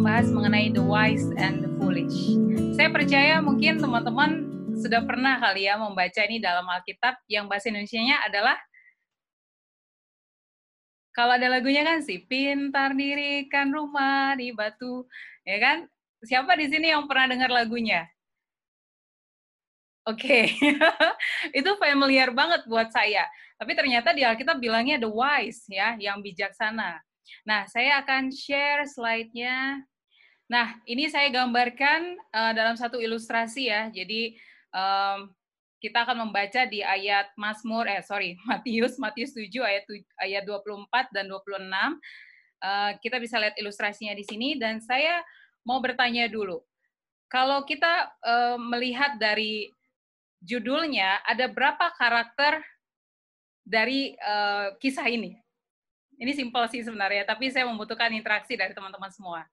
membahas mengenai the wise and the foolish. Saya percaya mungkin teman-teman sudah pernah kali ya membaca ini dalam Alkitab yang bahasa Indonesianya adalah, kalau ada lagunya kan, si pintar dirikan rumah di batu, ya kan? Siapa di sini yang pernah dengar lagunya? Oke, itu familiar banget buat saya. Tapi ternyata di Alkitab bilangnya the wise, ya, yang bijaksana. Nah, saya akan share slide-nya. Nah, ini saya gambarkan dalam satu ilustrasi ya. Jadi kita akan membaca di ayat Matius 7 ayat 24 dan 26. Kita bisa lihat ilustrasinya di sini dan saya mau bertanya dulu. Kalau kita melihat dari judulnya, ada berapa karakter dari kisah ini? Ini simpel sih sebenarnya, tapi saya membutuhkan interaksi dari teman-teman semua.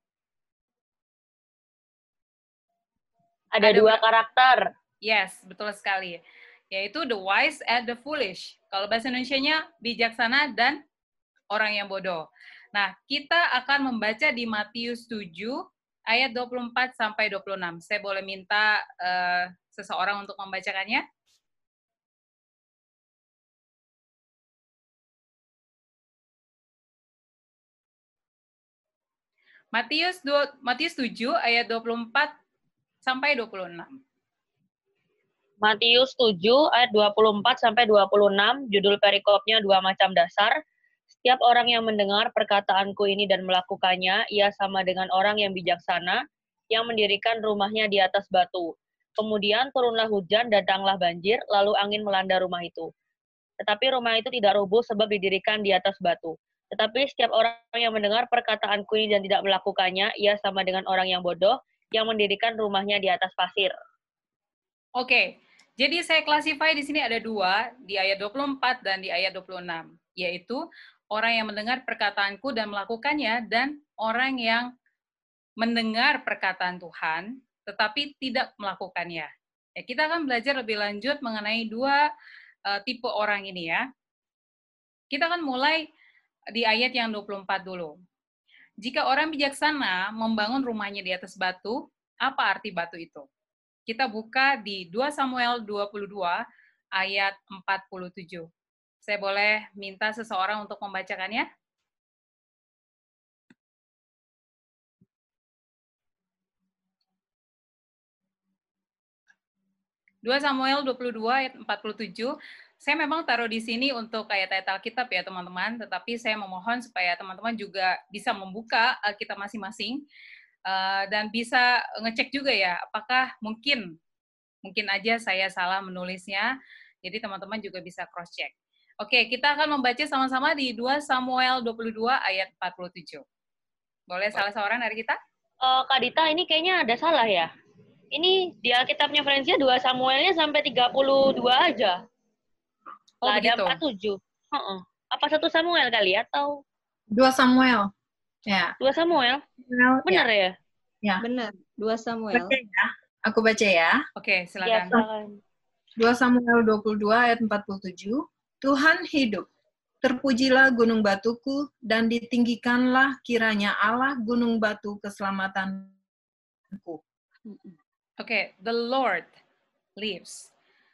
Ada 2 karakter. Yes, betul sekali. Yaitu the wise and the foolish. Kalau bahasa Indonesianya bijaksana dan orang yang bodoh. Nah, kita akan membaca di Matius 7 ayat 24 sampai 26. Saya boleh minta seseorang untuk membacakannya? Matius 7 ayat 24 sampai 26. Matius 7 ayat 24 sampai 26, judul perikopnya 2 macam dasar. Setiap orang yang mendengar perkataanku ini dan melakukannya, ia sama dengan orang yang bijaksana, yang mendirikan rumahnya di atas batu. Kemudian turunlah hujan, datanglah banjir, lalu angin melanda rumah itu. Tetapi rumah itu tidak rubuh sebab didirikan di atas batu. Tetapi setiap orang yang mendengar perkataanku ini dan tidak melakukannya, ia sama dengan orang yang bodoh, yang mendirikan rumahnya di atas pasir. Oke, jadi saya classify di sini ada 2, di ayat 24 dan di ayat 26, yaitu orang yang mendengar perkataanku dan melakukannya, dan orang yang mendengar perkataan Tuhan, tetapi tidak melakukannya. Ya, kita akan belajar lebih lanjut mengenai 2 tipe orang ini ya. Kita akan mulai di ayat yang 24 dulu. Jika orang bijaksana membangun rumahnya di atas batu, apa arti batu itu? Kita buka di 2 Samuel 22 ayat 47. Saya boleh minta seseorang untuk membacakannya? 2 Samuel 22 ayat 47. Saya memang taruh di sini untuk ayat-ayat Alkitab ya teman-teman, tetapi saya memohon supaya teman-teman juga bisa membuka Alkitab masing-masing dan bisa ngecek juga ya, apakah mungkin aja saya salah menulisnya, jadi teman-teman juga bisa cross-check. Oke, kita akan membaca sama-sama di 2 Samuel 22 ayat 47. Boleh salah seorang dari kita? Kak Dita, ini kayaknya ada salah ya? Ini di Alkitabnya Frensia 2 Samuelnya sampai 32 aja. Oh, Lah ada begitu. 47. Apa 1 Samuel kali ya? Atau 2 Samuel. Ya. 2 Samuel? Benar ya? Ya. Benar, 2 Samuel. Baca ya. Aku baca ya. Oke, silakan. Ya, silakan. 2 Samuel 22 ayat 47. Tuhan hidup. Terpujilah gunung batuku dan ditinggikanlah kiranya Allah gunung batu keselamatanku. Oke, the Lord lives.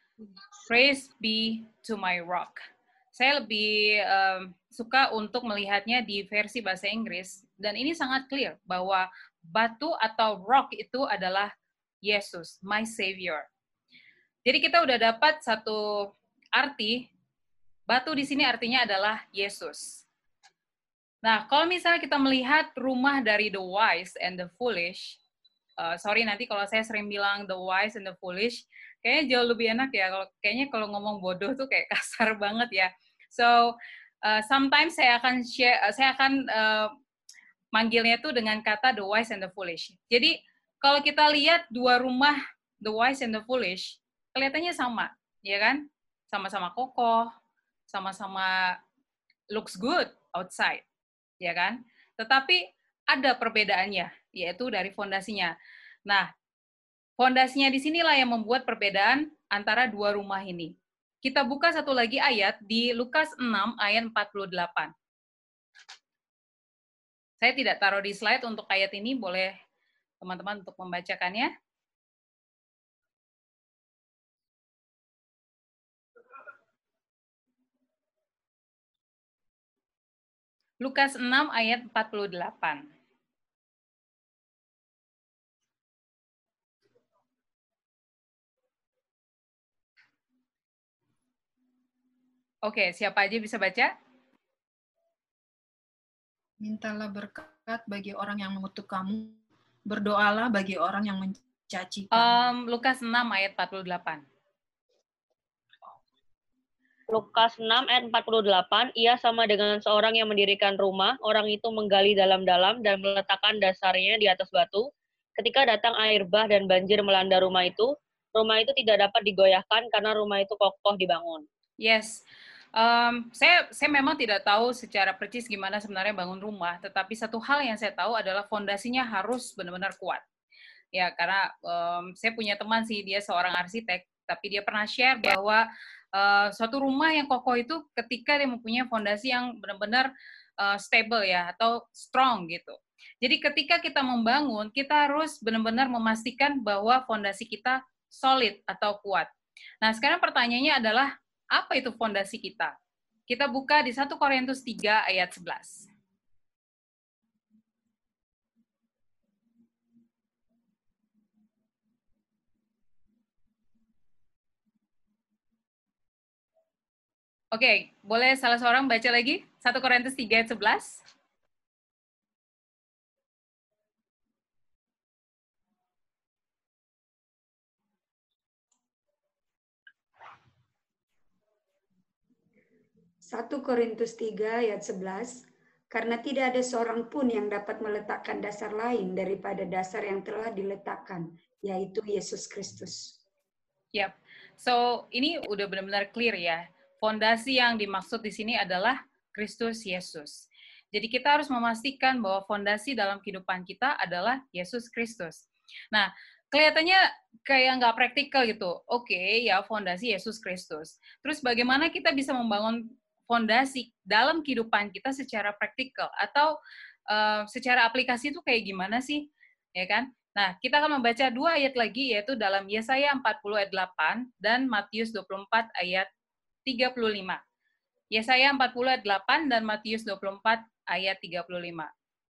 Praise be to my rock. Saya lebih suka untuk melihatnya di versi bahasa Inggris, dan ini sangat clear bahwa batu atau rock itu adalah Yesus, my Savior. Jadi kita udah dapat satu arti, batu di sini artinya adalah Yesus. Nah, kalau misalnya kita melihat rumah dari the wise and the foolish, sorry nanti kalau saya sering bilang the wise and the foolish, kayaknya jauh lebih enak ya. Kayaknya kalau ngomong bodoh tuh kayak kasar banget ya. So sometimes saya akan manggilnya tuh dengan kata the wise and the foolish. Jadi kalau kita lihat 2 rumah the wise and the foolish, kelihatannya sama, ya kan? Sama-sama kokoh, sama-sama looks good outside, ya kan? Tetapi ada perbedaannya, yaitu dari fondasinya. Nah, fondasinya di sinilah yang membuat perbedaan antara 2 rumah ini. Kita buka satu lagi ayat di Lukas 6 ayat 48. Saya tidak taruh di slide untuk ayat ini, boleh teman-teman untuk membacakannya. Lukas 6 ayat 48. Oke, siapa aja bisa baca? Mintalah berkat bagi orang yang mengutuk kamu, berdoalah bagi orang yang mencaci kamu. Lukas 6 ayat 48. Lukas 6 ayat 48, ia sama dengan seorang yang mendirikan rumah, orang itu menggali dalam-dalam dan meletakkan dasarnya di atas batu. Ketika datang air bah dan banjir melanda rumah itu tidak dapat digoyahkan karena rumah itu kokoh dibangun. Yes, saya memang tidak tahu secara percis gimana sebenarnya bangun rumah, tetapi satu hal yang saya tahu adalah fondasinya harus benar-benar kuat. Ya, karena saya punya teman sih, dia seorang arsitek, tapi dia pernah share bahwa suatu rumah yang kokoh itu ketika dia mempunyai fondasi yang benar-benar stable ya, atau strong gitu. Jadi ketika kita membangun, kita harus benar-benar memastikan bahwa fondasi kita solid atau kuat. Nah, sekarang pertanyaannya adalah, apa itu fondasi kita? Kita buka di 1 Korintus 3 ayat 11. Oke, boleh salah seorang baca lagi? 1 Korintus 3 ayat 11. Satu Korintus 3 ayat 11, karena tidak ada seorang pun yang dapat meletakkan dasar lain daripada dasar yang telah diletakkan, yaitu Yesus Kristus. Yap. So, ini udah benar-benar clear ya. Fondasi yang dimaksud di sini adalah Kristus Yesus. Jadi kita harus memastikan bahwa fondasi dalam kehidupan kita adalah Yesus Kristus. Nah, kelihatannya kayak nggak praktikal gitu. Oke, ya fondasi Yesus Kristus. Terus bagaimana kita bisa membangun fondasi dalam kehidupan kita secara praktikal? Atau secara aplikasi itu kayak gimana sih? Ya kan? Nah, kita akan membaca 2 ayat lagi, yaitu dalam Yesaya 40 ayat 8 dan Matius 24 ayat 35. Yesaya 40 ayat 8 dan Matius 24 ayat 35.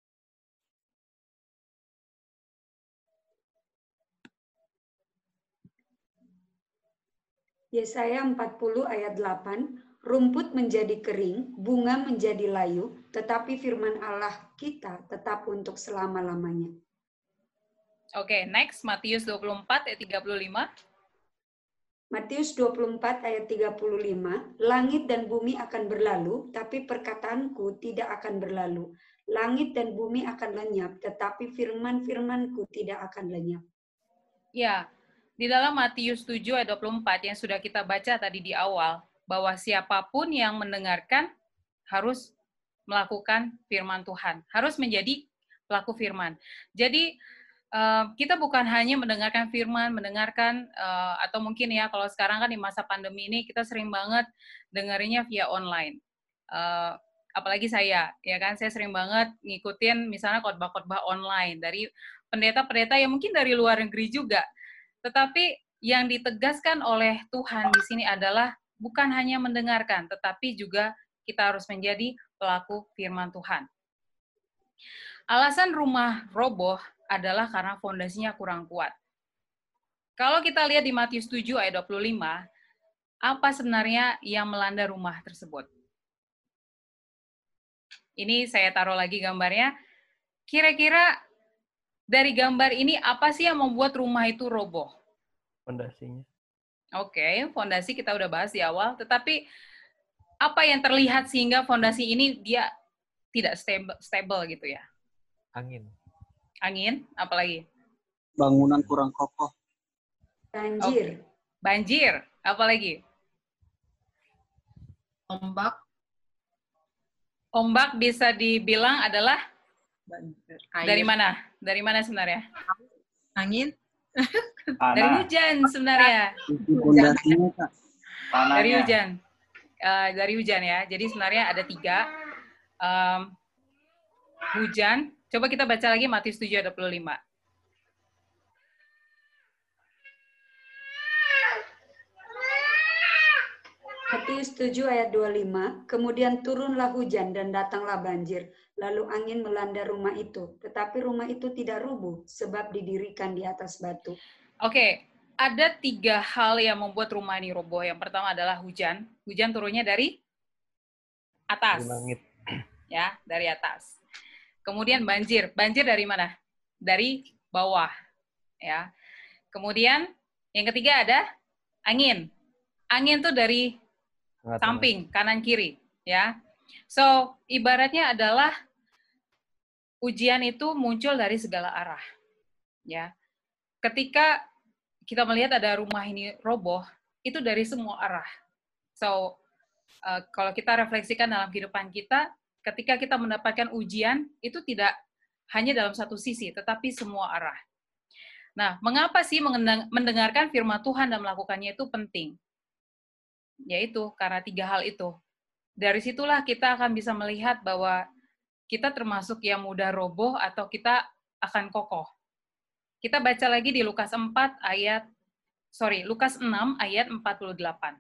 Yesaya 40 ayat 8, rumput menjadi kering, bunga menjadi layu, tetapi firman Allah kita tetap untuk selama-lamanya. Oke, next, Matius 24 ayat 35. Matius 24 ayat 35, langit dan bumi akan berlalu, tapi perkataanku tidak akan berlalu. Langit dan bumi akan lenyap, tetapi firman-firmanku tidak akan lenyap. Ya, di dalam Matius 7 ayat 24 yang sudah kita baca tadi di awal, bahwa siapapun yang mendengarkan harus melakukan firman Tuhan, harus menjadi pelaku firman. Jadi, kita bukan hanya mendengarkan firman, atau mungkin ya kalau sekarang kan di masa pandemi ini kita sering banget dengerinnya via online. Apalagi saya, ya kan, saya sering banget ngikutin misalnya khotbah-khotbah online dari pendeta-pendeta yang mungkin dari luar negeri juga. Tetapi yang ditegaskan oleh Tuhan di sini adalah bukan hanya mendengarkan, tetapi juga kita harus menjadi pelaku firman Tuhan. Alasan rumah roboh adalah karena fondasinya kurang kuat. Kalau kita lihat di Matius 7 ayat 25, apa sebenarnya yang melanda rumah tersebut? Ini saya taruh lagi gambarnya. Kira-kira dari gambar ini apa sih yang membuat rumah itu roboh? Fondasinya. Oke, fondasi kita udah bahas di awal, tetapi apa yang terlihat sehingga fondasi ini dia tidak stable gitu ya? Angin. Angin, apalagi? Bangunan kurang kokoh. Banjir. Banjir, apalagi? Ombak, Ombak bisa dibilang adalah air, dari mana? Dari mana sebenarnya? angin, Dari hujan sebenarnya. Fondasinya, Kak. Dari hujan. Dari hujan ya. Jadi sebenarnya ada 3. hujan. Coba kita baca lagi Matius 7 ayat 25. Matius 7 ayat 25, kemudian turunlah hujan dan datanglah banjir, lalu angin melanda rumah itu. Tetapi rumah itu tidak rubuh, sebab didirikan di atas batu. Oke, ada 3 hal yang membuat rumah ini roboh. Yang pertama adalah hujan. Hujan turunnya dari atas. Dari langit. Ya, dari atas. Kemudian banjir. Banjir dari mana? Dari bawah. Ya. Kemudian yang ketiga ada angin. Angin tuh dari samping, kanan kiri, ya. So, ibaratnya adalah ujian itu muncul dari segala arah, ya. Ketika kita melihat ada rumah ini roboh, itu dari semua arah. So, kalau kita refleksikan dalam kehidupan kita, ketika kita mendapatkan ujian, itu tidak hanya dalam satu sisi, tetapi semua arah. Nah, mengapa sih mendengarkan firman Tuhan dan melakukannya itu penting? Yaitu karena 3 hal itu. Dari situlah kita akan bisa melihat bahwa kita termasuk yang mudah roboh atau kita akan kokoh. Kita baca lagi di Lukas 6 ayat 48.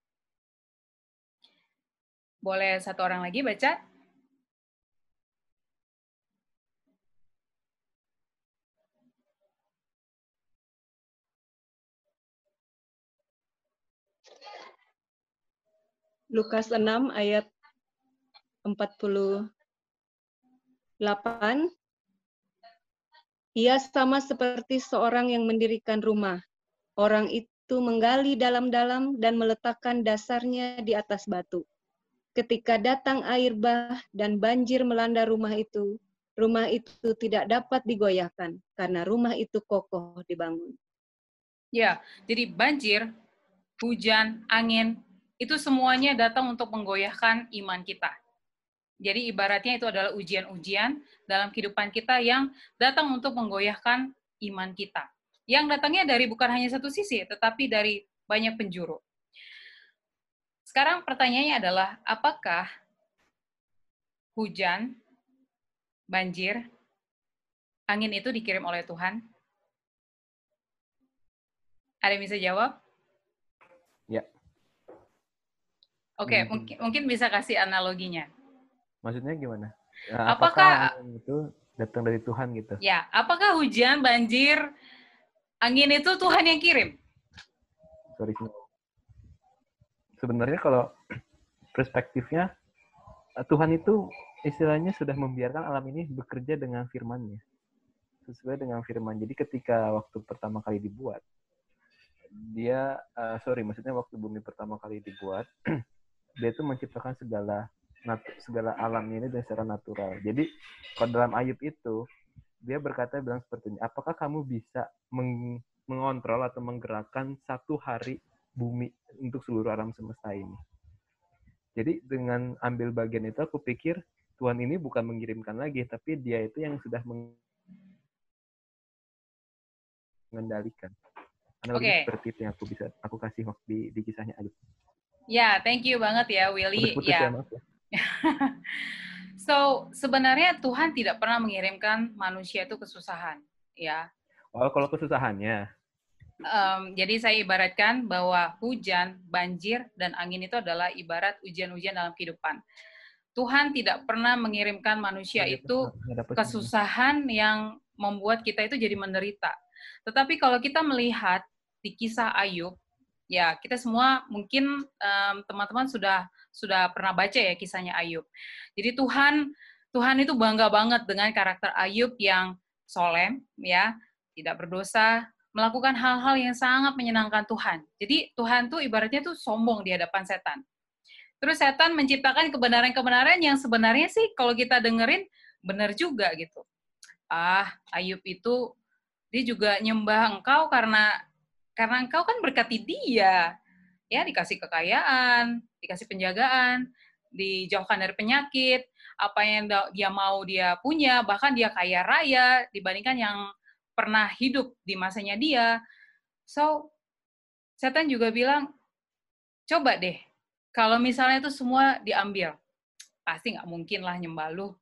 Boleh satu orang lagi baca? Lukas 6 ayat 48. Ia sama seperti seorang yang mendirikan rumah. Orang itu menggali dalam-dalam dan meletakkan dasarnya di atas batu. Ketika datang air bah dan banjir melanda rumah itu tidak dapat digoyahkan karena rumah itu kokoh dibangun. Ya, jadi banjir, hujan, angin, itu semuanya datang untuk menggoyahkan iman kita. Jadi ibaratnya itu adalah ujian-ujian dalam kehidupan kita yang datang untuk menggoyahkan iman kita. Yang datangnya dari bukan hanya satu sisi, tetapi dari banyak penjuru. Sekarang pertanyaannya adalah, apakah hujan, banjir, angin itu dikirim oleh Tuhan? Ada yang bisa jawab? Ya. Oke, mungkin bisa kasih analoginya. Maksudnya gimana? Apakah itu datang dari Tuhan gitu? Ya, apakah hujan, banjir, angin itu Tuhan yang kirim? Sorry. Sebenarnya kalau perspektifnya, Tuhan itu istilahnya sudah membiarkan alam ini bekerja dengan firman-Nya. Sesuai dengan firman. Jadi ketika waktu pertama kali dibuat, maksudnya waktu bumi pertama kali dibuat, dia itu menciptakan segala alamnya ini dengan secara natural. Jadi kalau dalam Ayub itu dia bilang seperti ini, apakah kamu bisa mengontrol atau menggerakkan satu hari bumi untuk seluruh alam semesta ini? Jadi dengan ambil bagian itu aku pikir Tuhan ini bukan mengirimkan lagi, tapi dia itu yang sudah mengendalikan. Analogi seperti itu yang aku kasih waktu di kisahnya Ayub. Ya, thank you banget ya Willy. Putus ya, maaf ya. So, sebenarnya Tuhan tidak pernah mengirimkan manusia itu kesusahan, ya. Oh, kalau kesusahannya. Jadi saya ibaratkan bahwa hujan, banjir, dan angin itu adalah ibarat ujian-ujian dalam kehidupan. Tuhan tidak pernah mengirimkan manusia itu kesusahan yang membuat kita itu jadi menderita. Tetapi kalau kita melihat di kisah Ayub, ya kita semua mungkin teman-teman sudah pernah baca ya kisahnya Ayub. Jadi Tuhan itu bangga banget dengan karakter Ayub yang soleh, ya, tidak berdosa, melakukan hal-hal yang sangat menyenangkan Tuhan. Jadi Tuhan tuh ibaratnya tuh sombong di hadapan setan. Terus setan menciptakan kebenaran-kebenaran yang sebenarnya sih kalau kita dengerin benar juga gitu. Ayub itu dia juga nyembah engkau karena engkau kan berkati dia. Ya, dikasih kekayaan, dikasih penjagaan, dijauhkan dari penyakit, apa yang dia mau dia punya, bahkan dia kaya raya dibandingkan yang pernah hidup di masanya dia. So, setan juga bilang, coba deh, kalau misalnya itu semua diambil, pasti nggak mungkin lah nyembah lu.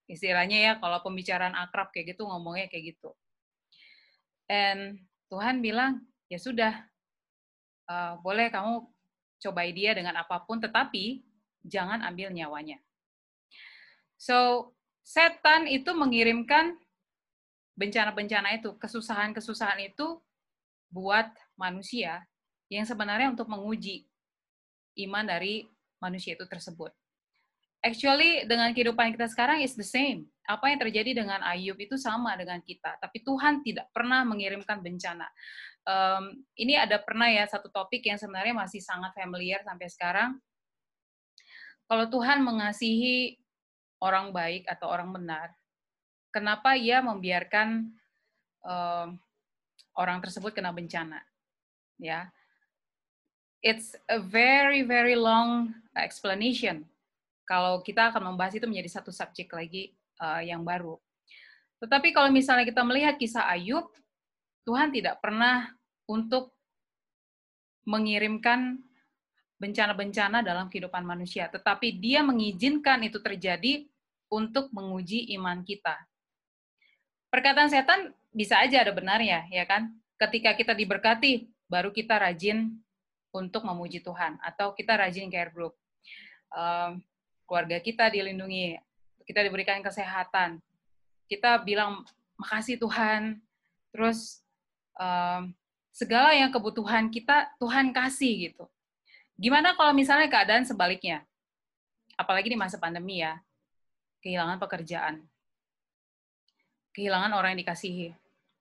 Istilahnya ya, kalau pembicaraan akrab kayak gitu, ngomongnya kayak gitu. And Tuhan bilang, ya sudah, boleh kamu cobai dia dengan apapun, tetapi jangan ambil nyawanya. So, setan itu mengirimkan bencana-bencana itu, kesusahan-kesusahan itu buat manusia yang sebenarnya untuk menguji iman dari manusia itu tersebut. Actually, dengan kehidupan kita sekarang is the same. Apa yang terjadi dengan Ayub itu sama dengan kita, tapi Tuhan tidak pernah mengirimkan bencana. Ini ada pernah ya satu topik yang sebenarnya masih sangat familiar sampai sekarang. Kalau Tuhan mengasihi orang baik atau orang benar, kenapa Ia membiarkan orang tersebut kena bencana? Ya, it's a very very long explanation. Kalau kita akan membahas itu menjadi satu subjek lagi yang baru. Tetapi kalau misalnya kita melihat kisah Ayub, Tuhan tidak pernah untuk mengirimkan bencana-bencana dalam kehidupan manusia, tetapi Dia mengizinkan itu terjadi untuk menguji iman kita. Perkataan setan bisa aja ada benarnya, ya kan? Ketika kita diberkati, baru kita rajin untuk memuji Tuhan, atau kita rajin care group. Keluarga kita dilindungi, kita diberikan kesehatan, kita bilang makasih Tuhan, terus segala yang kebutuhan kita Tuhan kasih gitu. Gimana kalau misalnya keadaan sebaliknya? Apalagi di masa pandemi ya, kehilangan pekerjaan, kehilangan orang yang dikasihi,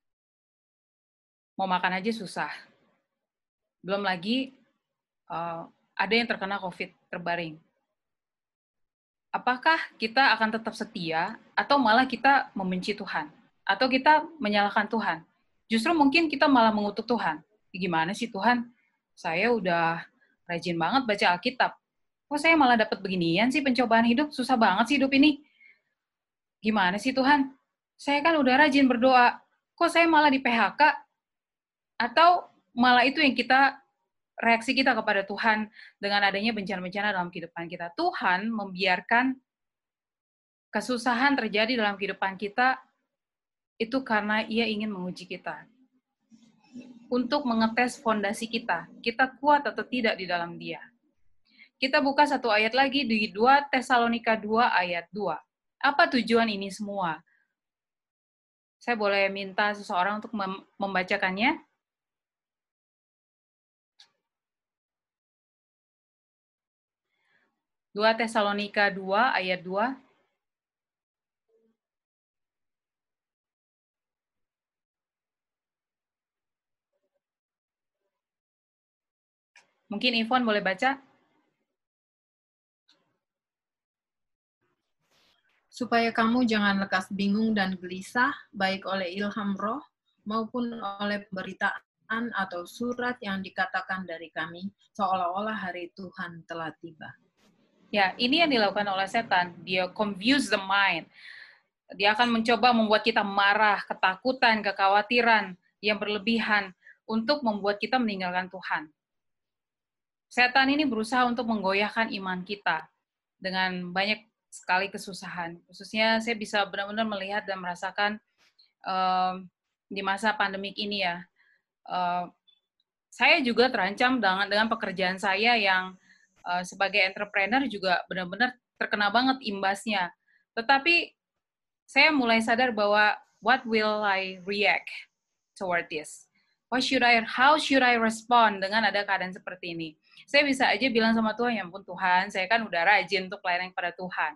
mau makan aja susah. Belum lagi ada yang terkena COVID terbaring. Apakah kita akan tetap setia atau malah kita membenci Tuhan? Atau kita menyalahkan Tuhan? Justru mungkin kita malah mengutuk Tuhan. Gimana sih Tuhan? Saya udah rajin banget baca Alkitab. Kok saya malah dapat beginian sih pencobaan hidup? Susah banget sih hidup ini. Gimana sih Tuhan? Saya kan udah rajin berdoa. Kok saya malah di PHK? Atau malah itu yang reaksi kita kepada Tuhan dengan adanya bencana-bencana dalam kehidupan kita. Tuhan membiarkan kesusahan terjadi dalam kehidupan kita itu karena Ia ingin menguji kita. Untuk mengetes fondasi kita kuat atau tidak di dalam Dia. Kita buka satu ayat lagi di 2 Tesalonika 2 ayat 2. Apa tujuan ini semua? Saya boleh minta seseorang untuk membacakannya? Dua Tesalonika 2 ayat 2. Mungkin Ivon boleh baca? Supaya kamu jangan lekas bingung dan gelisah, baik oleh ilham roh, maupun oleh pemberitaan atau surat yang dikatakan dari kami, seolah-olah hari Tuhan telah tiba. Ya, ini yang dilakukan oleh setan. Dia confuse the mind. Dia akan mencoba membuat kita marah, ketakutan, kekhawatiran yang berlebihan untuk membuat kita meninggalkan Tuhan. Setan ini berusaha untuk menggoyahkan iman kita dengan banyak sekali kesusahan. Khususnya saya bisa benar-benar melihat dan merasakan di masa pandemik ini ya. Saya juga terancam dengan pekerjaan saya yang sebagai entrepreneur juga benar-benar terkena banget imbasnya. Tetapi saya mulai sadar bahwa what will I react toward this? How should I respond dengan ada keadaan seperti ini? Saya bisa aja bilang sama Tuhan, ya ampun Tuhan, saya kan udah rajin untuk pelayanan kepada Tuhan.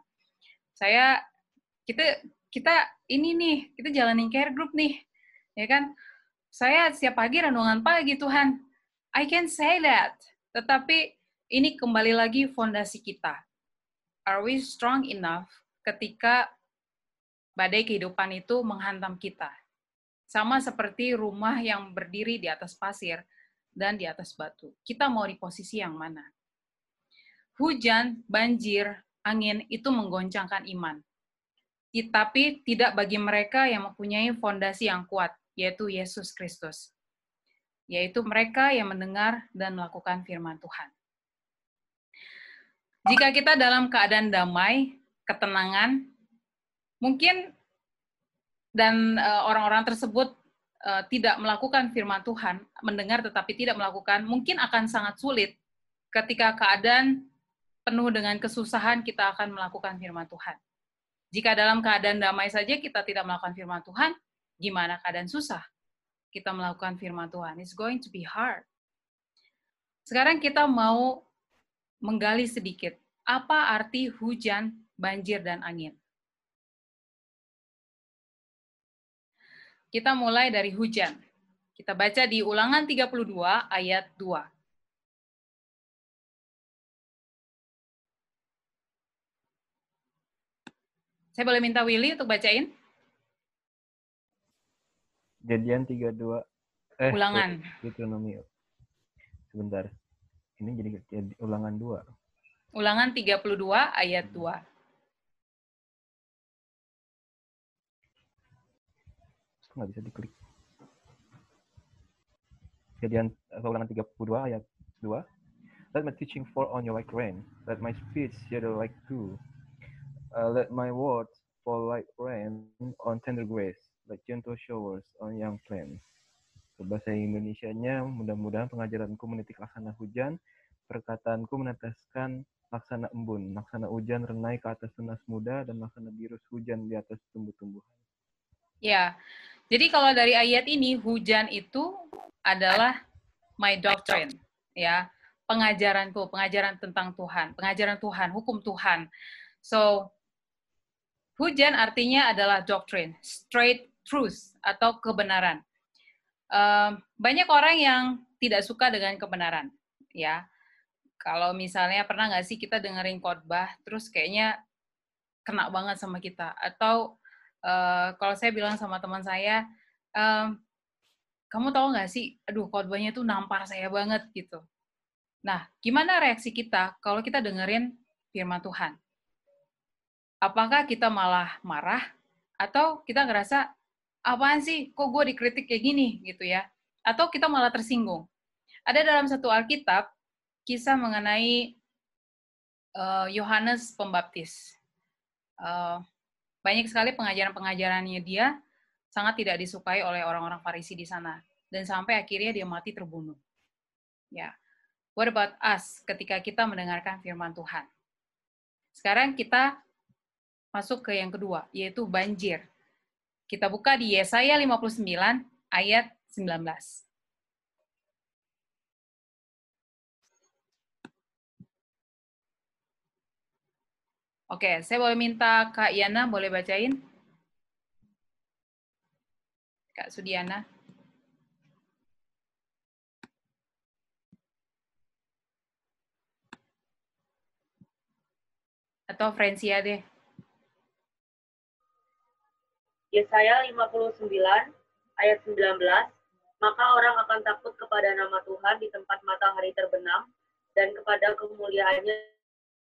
Kita ini nih, kita jalanin care group nih, ya kan? Saya setiap pagi renungan pagi Tuhan. I can say that. Tetapi ini kembali lagi fondasi kita. Are we strong enough ketika badai kehidupan itu menghantam kita? Sama seperti rumah yang berdiri di atas pasir dan di atas batu. Kita mau di posisi yang mana? Hujan, banjir, angin itu menggoncangkan iman. Tapi tidak bagi mereka yang mempunyai fondasi yang kuat, yaitu Yesus Kristus. Yaitu mereka yang mendengar dan melakukan firman Tuhan. Jika kita dalam keadaan damai, ketenangan, mungkin dan orang-orang tersebut tidak melakukan firman Tuhan, mendengar tetapi tidak melakukan, mungkin akan sangat sulit ketika keadaan penuh dengan kesusahan kita akan melakukan firman Tuhan. Jika dalam keadaan damai saja kita tidak melakukan firman Tuhan, gimana keadaan susah kita melakukan firman Tuhan? It's going to be hard. Sekarang kita mau menggali sedikit, apa arti hujan, banjir, dan angin? Kita mulai dari hujan. Kita baca di Ulangan 32 ayat 2. Saya boleh minta Willy untuk bacain? Kejadian 32. Ulangan. Deuteronomy. Sebentar. Ini jadi Ulangan 2. Ulangan 32 ayat 2. Nggak bisa diklik. Kejadian Ulangan 32 ayat 2. Let my teaching fall on you like rain. Let my speech shadow like dew. Let my words fall like rain on tender grass, like gentle showers on young plants. Bahasa Indonesianya, mudah-mudahan pengajaranku menitik laksana hujan, perkataanku meneteskan laksana embun, laksana hujan renai ke atas tunas muda, dan laksana birus hujan di atas tumbuh-tumbuhan. Ya, jadi kalau dari ayat ini, hujan itu adalah my doctrine, ya, pengajaranku, pengajaran tentang Tuhan, pengajaran Tuhan, hukum Tuhan. So, hujan artinya adalah doctrine, straight truth, atau kebenaran. Banyak orang yang tidak suka dengan kebenaran, ya. Kalau misalnya pernah nggak sih kita dengerin khotbah, terus kayaknya kena banget sama kita. Atau kalau saya bilang sama teman saya, kamu tahu nggak sih, aduh khotbahnya tuh nampar saya banget gitu. Nah, gimana reaksi kita kalau kita dengerin firman Tuhan? Apakah kita malah marah, atau kita ngerasa, apaan sih, kok gue dikritik kayak gini, gitu ya. Atau kita malah tersinggung. Ada dalam satu Alkitab, kisah mengenai Yohanes Pembaptis. Banyak sekali pengajaran-pengajarannya dia sangat tidak disukai oleh orang-orang Farisi di sana. Dan sampai akhirnya dia mati terbunuh. Ya. What about us ketika kita mendengarkan firman Tuhan? Sekarang kita masuk ke yang kedua, yaitu banjir. Kita buka di Yesaya 59 ayat 19. Oke, saya boleh minta Kak Yana boleh bacain? Kak Sudiana. Atau Francia deh. Yesaya 59 ayat 19, maka orang akan takut kepada nama Tuhan di tempat matahari terbenam dan kepada kemuliaannya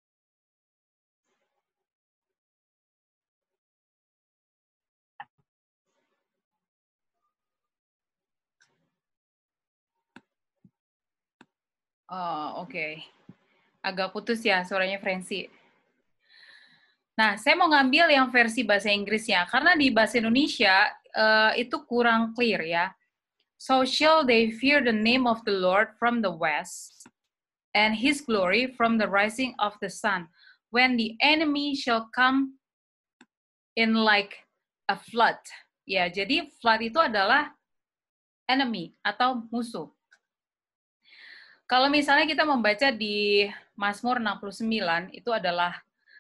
Oh, oke. Agak putus ya suaranya Francie. Nah, saya mau ngambil yang versi bahasa Inggrisnya, karena di bahasa Indonesia itu kurang clear ya. So shall they fear the name of the Lord from the west, and his glory from the rising of the sun, when the enemy shall come in like a flood. Ya, jadi flood itu adalah enemy atau musuh. Kalau misalnya kita membaca di Mazmur 69, itu adalah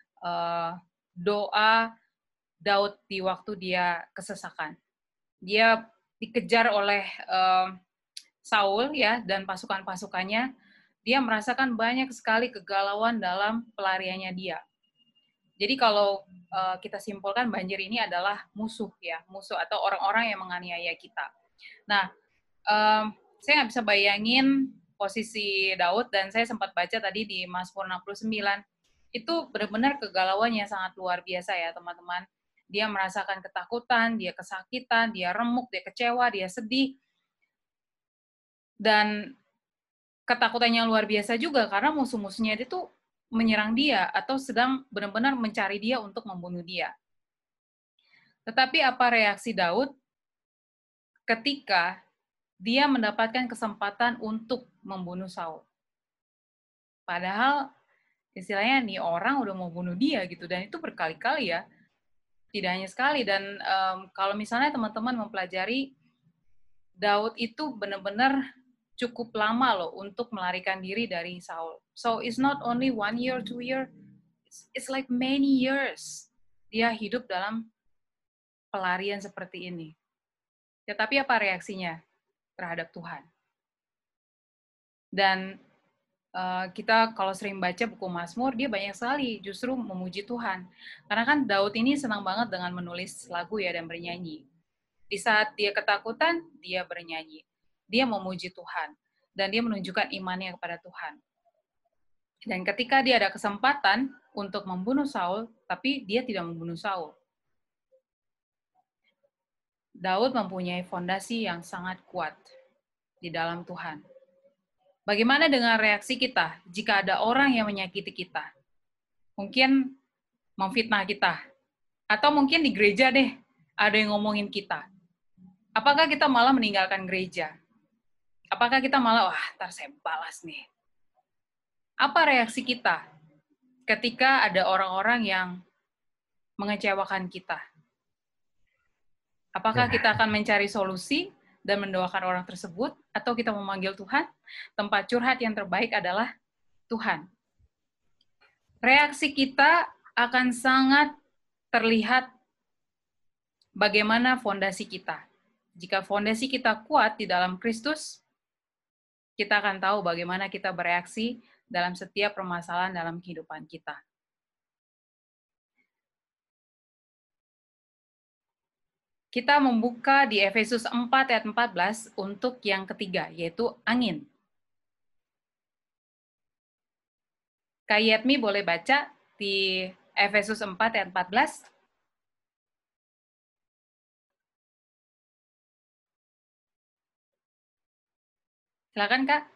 doa Daud di waktu dia kesesakan. Dia dikejar oleh Saul ya dan pasukan-pasukannya. Dia merasakan banyak sekali kegalauan dalam pelariannya dia. Jadi kalau kita simpulkan banjir ini adalah musuh ya, musuh atau orang-orang yang menganiaya kita. Nah, saya nggak bisa bayangin posisi Daud, dan saya sempat baca tadi di Mazmur 69, itu benar-benar kegalauan yang sangat luar biasa ya teman-teman. Dia merasakan ketakutan, dia kesakitan, dia remuk, dia kecewa, dia sedih. Dan ketakutannya luar biasa juga karena musuh-musuhnya itu menyerang dia atau sedang benar-benar mencari dia untuk membunuh dia. Tetapi apa reaksi Daud ketika dia mendapatkan kesempatan untuk membunuh Saul? Padahal istilahnya nih orang udah mau bunuh dia gitu, dan itu berkali-kali ya, tidak hanya sekali. Dan kalau misalnya teman-teman mempelajari, Daud itu benar-benar cukup lama loh untuk melarikan diri dari Saul. So it's not only 1 year, 2 year, it's like many years dia hidup dalam pelarian seperti ini. Tetapi apa reaksinya terhadap Tuhan? Dan kita kalau sering baca buku Mazmur, dia banyak sekali justru memuji Tuhan. Karena kan Daud ini senang banget dengan menulis lagu ya dan bernyanyi. Di saat dia ketakutan, dia bernyanyi. Dia memuji Tuhan. Dan dia menunjukkan imannya kepada Tuhan. Dan ketika dia ada kesempatan untuk membunuh Saul, tapi dia tidak membunuh Saul. Daud mempunyai fondasi yang sangat kuat di dalam Tuhan. Bagaimana dengan reaksi kita jika ada orang yang menyakiti kita? Mungkin memfitnah kita. Atau mungkin di gereja deh, ada yang ngomongin kita. Apakah kita malah meninggalkan gereja? Apakah kita malah, wah, ntar saya balas nih. Apa reaksi kita ketika ada orang-orang yang mengecewakan kita? Apakah kita akan mencari solusi dan mendoakan orang tersebut, atau kita memanggil Tuhan? Tempat curhat yang terbaik adalah Tuhan. Reaksi kita akan sangat terlihat bagaimana fondasi kita. Jika fondasi kita kuat di dalam Kristus, kita akan tahu bagaimana kita bereaksi dalam setiap permasalahan dalam kehidupan kita. Kita membuka di Efesus 4 ayat 14 untuk yang ketiga, yaitu angin. Kak Yetmi boleh baca di Efesus 4 ayat 14. Silakan, Kak.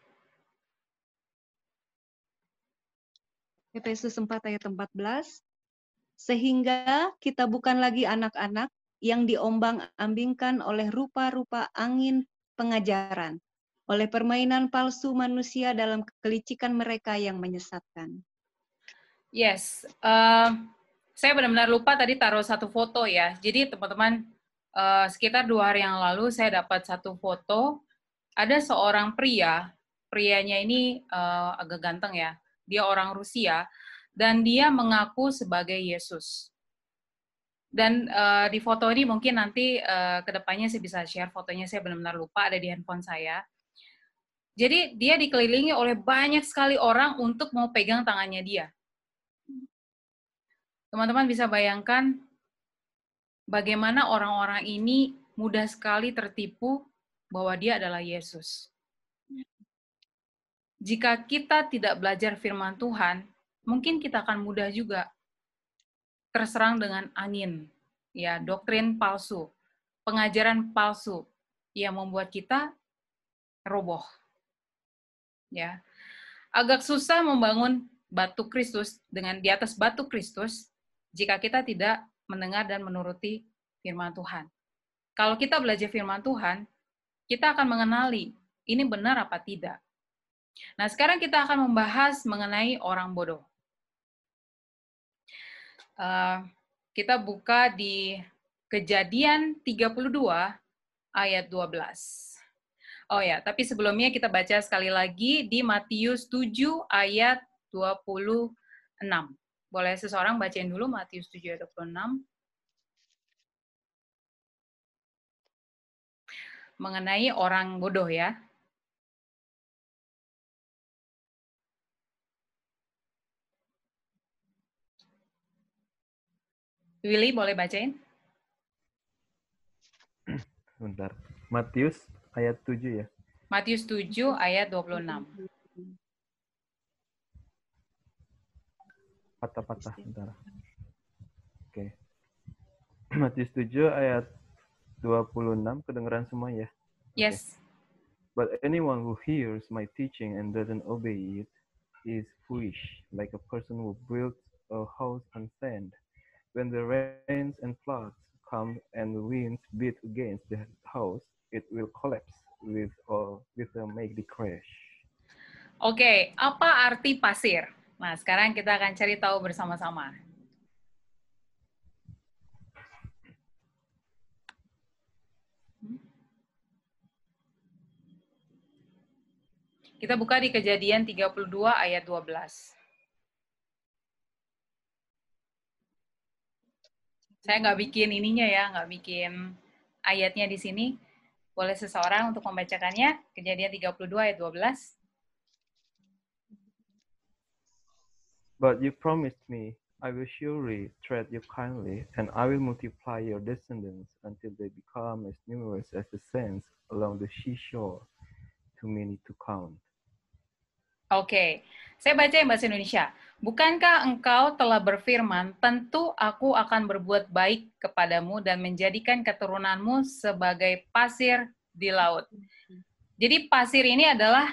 Efesus 4 ayat 14. Sehingga kita bukan lagi anak-anak yang diombang-ambingkan oleh rupa-rupa angin pengajaran, oleh permainan palsu manusia dalam kelicikan mereka yang menyesatkan. Yes, saya benar-benar lupa tadi taruh satu foto ya. Jadi teman-teman, sekitar 2 hari yang lalu saya dapat satu foto. Ada seorang pria, prianya ini agak ganteng ya. Dia orang Rusia, dan dia mengaku sebagai Yesus. Dan di foto ini mungkin nanti ke depannya saya bisa share fotonya, saya benar-benar lupa, ada di handphone saya. Jadi dia dikelilingi oleh banyak sekali orang untuk mau pegang tangannya dia. Teman-teman bisa bayangkan bagaimana orang-orang ini mudah sekali tertipu bahwa dia adalah Yesus. Jika kita tidak belajar firman Tuhan, mungkin kita akan mudah juga terserang dengan angin, ya, doktrin palsu, pengajaran palsu yang membuat kita roboh. Ya. Agak susah membangun batu Kristus dengan di atas batu Kristus jika kita tidak mendengar dan menuruti firman Tuhan. Kalau kita belajar firman Tuhan, kita akan mengenali ini benar apa tidak. Nah, sekarang kita akan membahas mengenai orang bodoh. Kita buka di Kejadian 32 ayat 12. Oh ya, tapi sebelumnya kita baca sekali lagi di Matius 7 ayat 26. Boleh seseorang bacain dulu Matius 7 ayat 26. Mengenai orang bodoh ya. Willy, boleh bacain? Sebentar. Matius ayat 7 ya? Matius 7 ayat 26. Patah-patah, sebentar. Oke. Matius 7 ayat 26, kedengeran semua ya? Yes. But anyone who hears my teaching and doesn't obey it is foolish, like a person who builds a house on sand. When the rains and floods come against the house, it will collapse with a mighty crash. Oke, apa arti pasir? Nah, sekarang kita akan cari tahu bersama-sama. Kita buka di Kejadian 32 ayat 12. Saya nggak bikin ininya ya, nggak bikin ayatnya di sini. Boleh seseorang untuk membacakannya? Kejadian 32 ayat 12. But you promised me, I will surely treat you kindly, and I will multiply your descendants until they become as numerous as the sands along the seashore, too many to count. Oke, saya baca yang bahasa Indonesia. Bukankah engkau telah berfirman, tentu aku akan berbuat baik kepadamu dan menjadikan keturunanmu sebagai pasir di laut. Jadi pasir ini adalah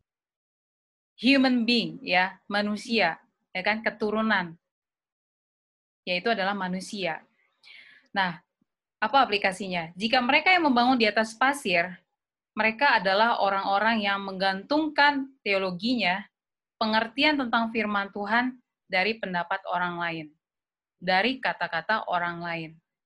human being, ya, manusia, ya kan, keturunan, yaitu adalah manusia. Nah, apa aplikasinya? Jika mereka yang membangun di atas pasir, mereka adalah orang-orang yang menggantungkan teologinya, pengertian tentang firman Tuhan dari pendapat orang lain, dari kata-kata orang lain.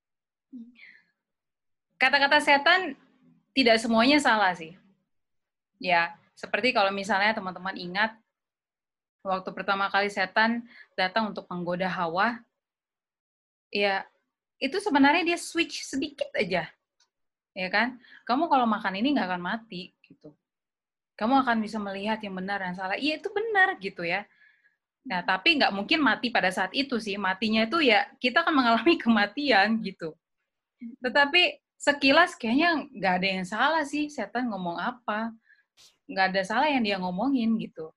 Kata-kata setan tidak semuanya salah sih. Ya, seperti kalau misalnya teman-teman ingat, waktu pertama kali setan datang untuk menggoda Hawa, ya itu sebenarnya dia switch sedikit aja. Ya kan? Kamu kalau makan ini nggak akan mati, gitu. Kamu akan bisa melihat yang benar dan salah. Iya, itu benar, gitu ya. Nah, tapi nggak mungkin mati pada saat itu sih. Matinya itu ya, kita akan mengalami kematian, gitu. Tetapi sekilas kayaknya nggak ada yang salah sih, setan ngomong apa. Nggak ada salah yang dia ngomongin, gitu.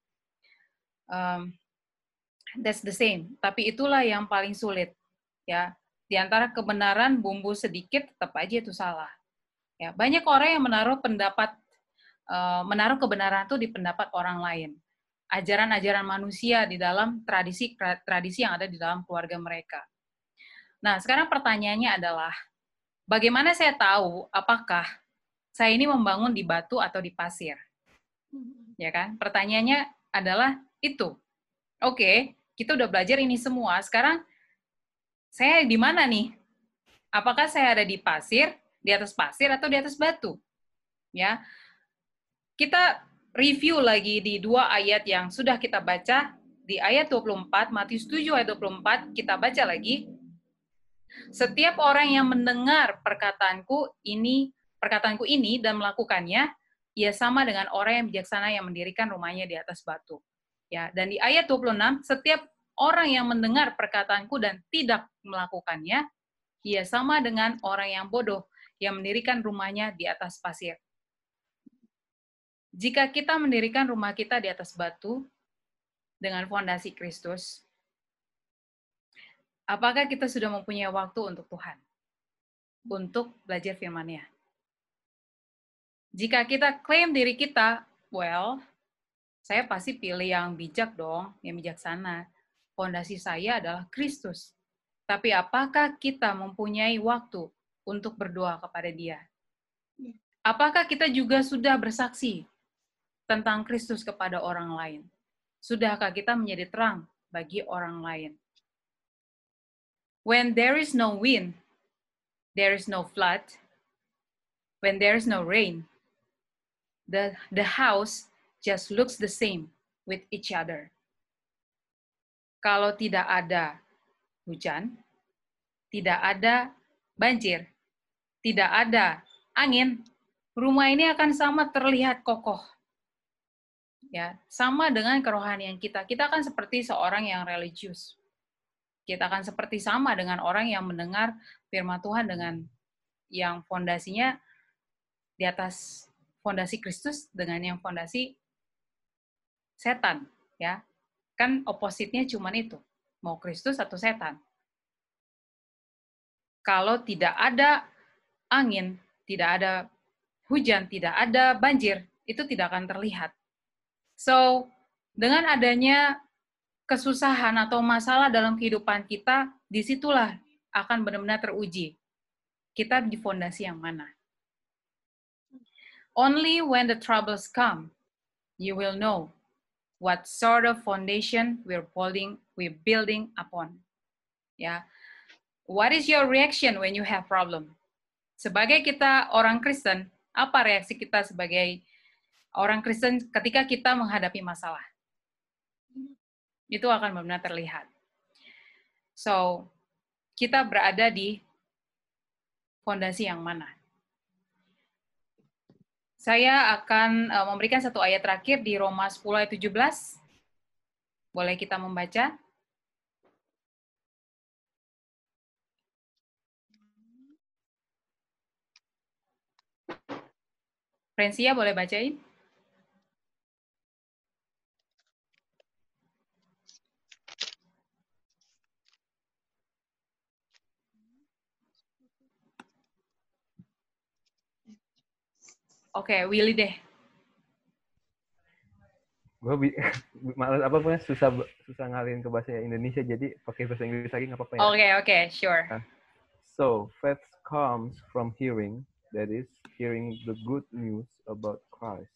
That's the same. Tapi itulah yang paling sulit. Ya, di antara kebenaran bumbu sedikit, tetap aja itu salah. Ya, banyak orang yang menaruh kebenaran itu di pendapat orang lain. Ajaran-ajaran manusia di dalam tradisi yang ada di dalam keluarga mereka. Nah, sekarang pertanyaannya adalah, bagaimana saya tahu apakah saya ini membangun di batu atau di pasir? Ya kan? Pertanyaannya adalah itu. Oke, kita udah belajar ini semua. Sekarang saya di mana nih? Apakah saya ada di pasir, di atas pasir atau di atas batu? Ya. Kita review lagi di dua ayat yang sudah kita baca. Di ayat 24, Matius 7 ayat 24, kita baca lagi. Setiap orang yang mendengar perkataanku ini dan melakukannya, ia sama dengan orang yang bijaksana yang mendirikan rumahnya di atas batu. Ya, dan di ayat 26, setiap orang yang mendengar perkataanku dan tidak melakukannya, ia sama dengan orang yang bodoh yang mendirikan rumahnya di atas pasir. Jika kita mendirikan rumah kita di atas batu dengan fondasi Kristus, apakah kita sudah mempunyai waktu untuk Tuhan? Untuk belajar firman-Nya? Jika kita klaim diri kita, well, saya pasti pilih yang bijak dong, yang bijaksana. Fondasi saya adalah Kristus. Tapi apakah kita mempunyai waktu untuk berdoa kepada Dia? Apakah kita juga sudah bersaksi tentang Kristus kepada orang lain? Sudahkah kita menjadi terang bagi orang lain? When there is no wind, there is no flood. When there is no rain, the house just looks the same with each other. Kalau tidak ada hujan, tidak ada banjir, tidak ada angin, rumah ini akan sama terlihat kokoh. Ya, sama dengan kerohanian kita. Kita akan seperti seorang yang religius. Kita akan seperti sama dengan orang yang mendengar firman Tuhan dengan yang fondasinya di atas fondasi Kristus dengan yang fondasi setan, ya. Kan opositnya cuman itu, mau Kristus atau setan. Kalau tidak ada angin, tidak ada hujan, tidak ada banjir, itu tidak akan terlihat. So, dengan adanya kesusahan atau masalah dalam kehidupan kita, disitulah akan benar-benar teruji. kita di fondasi yang mana. Only when the troubles come, you will know what sort of foundation we're building upon. Ya, what is your reaction when you have problem? Sebagai kita orang Kristen, apa reaksi kita sebagai orang Kristen ketika kita menghadapi masalah? Itu akan benar-benar terlihat. So, kita berada di fondasi yang mana? Saya akan memberikan satu ayat terakhir di Roma 10 ayat 17. Boleh kita membaca? Prensia boleh bacain? Oke, Willy deh. Gue malas susah ngalihin ke bahasa Indonesia, jadi pakai bahasa Inggris lagi nggak apa-apa ya? Oke, sure. So, faith comes from hearing, that is, hearing the good news about Christ.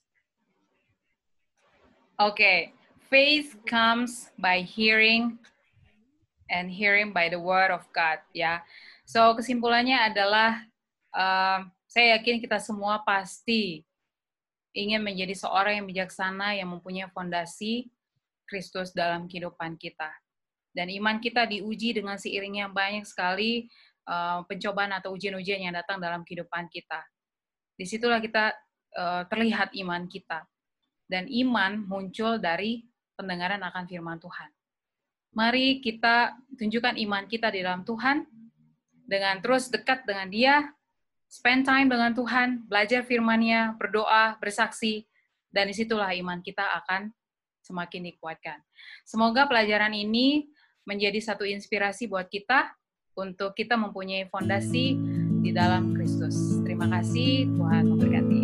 Okay, faith comes by hearing and hearing by the word of God, ya. So, kesimpulannya adalah saya yakin kita semua pasti ingin menjadi seorang yang bijaksana yang mempunyai fondasi Kristus dalam kehidupan kita. Dan iman kita diuji dengan seiringnya banyak sekali pencobaan atau ujian-ujian yang datang dalam kehidupan kita. Disitulah kita terlihat iman kita. Dan iman muncul dari pendengaran akan firman Tuhan. Mari kita tunjukkan iman kita di dalam Tuhan, dengan terus dekat dengan Dia, spend time dengan Tuhan, belajar firman-Nya, berdoa, bersaksi, dan disitulah iman kita akan semakin dikuatkan. Semoga pelajaran ini menjadi satu inspirasi buat kita untuk kita mempunyai fondasi di dalam Kristus. Terima kasih, Tuhan memberkati.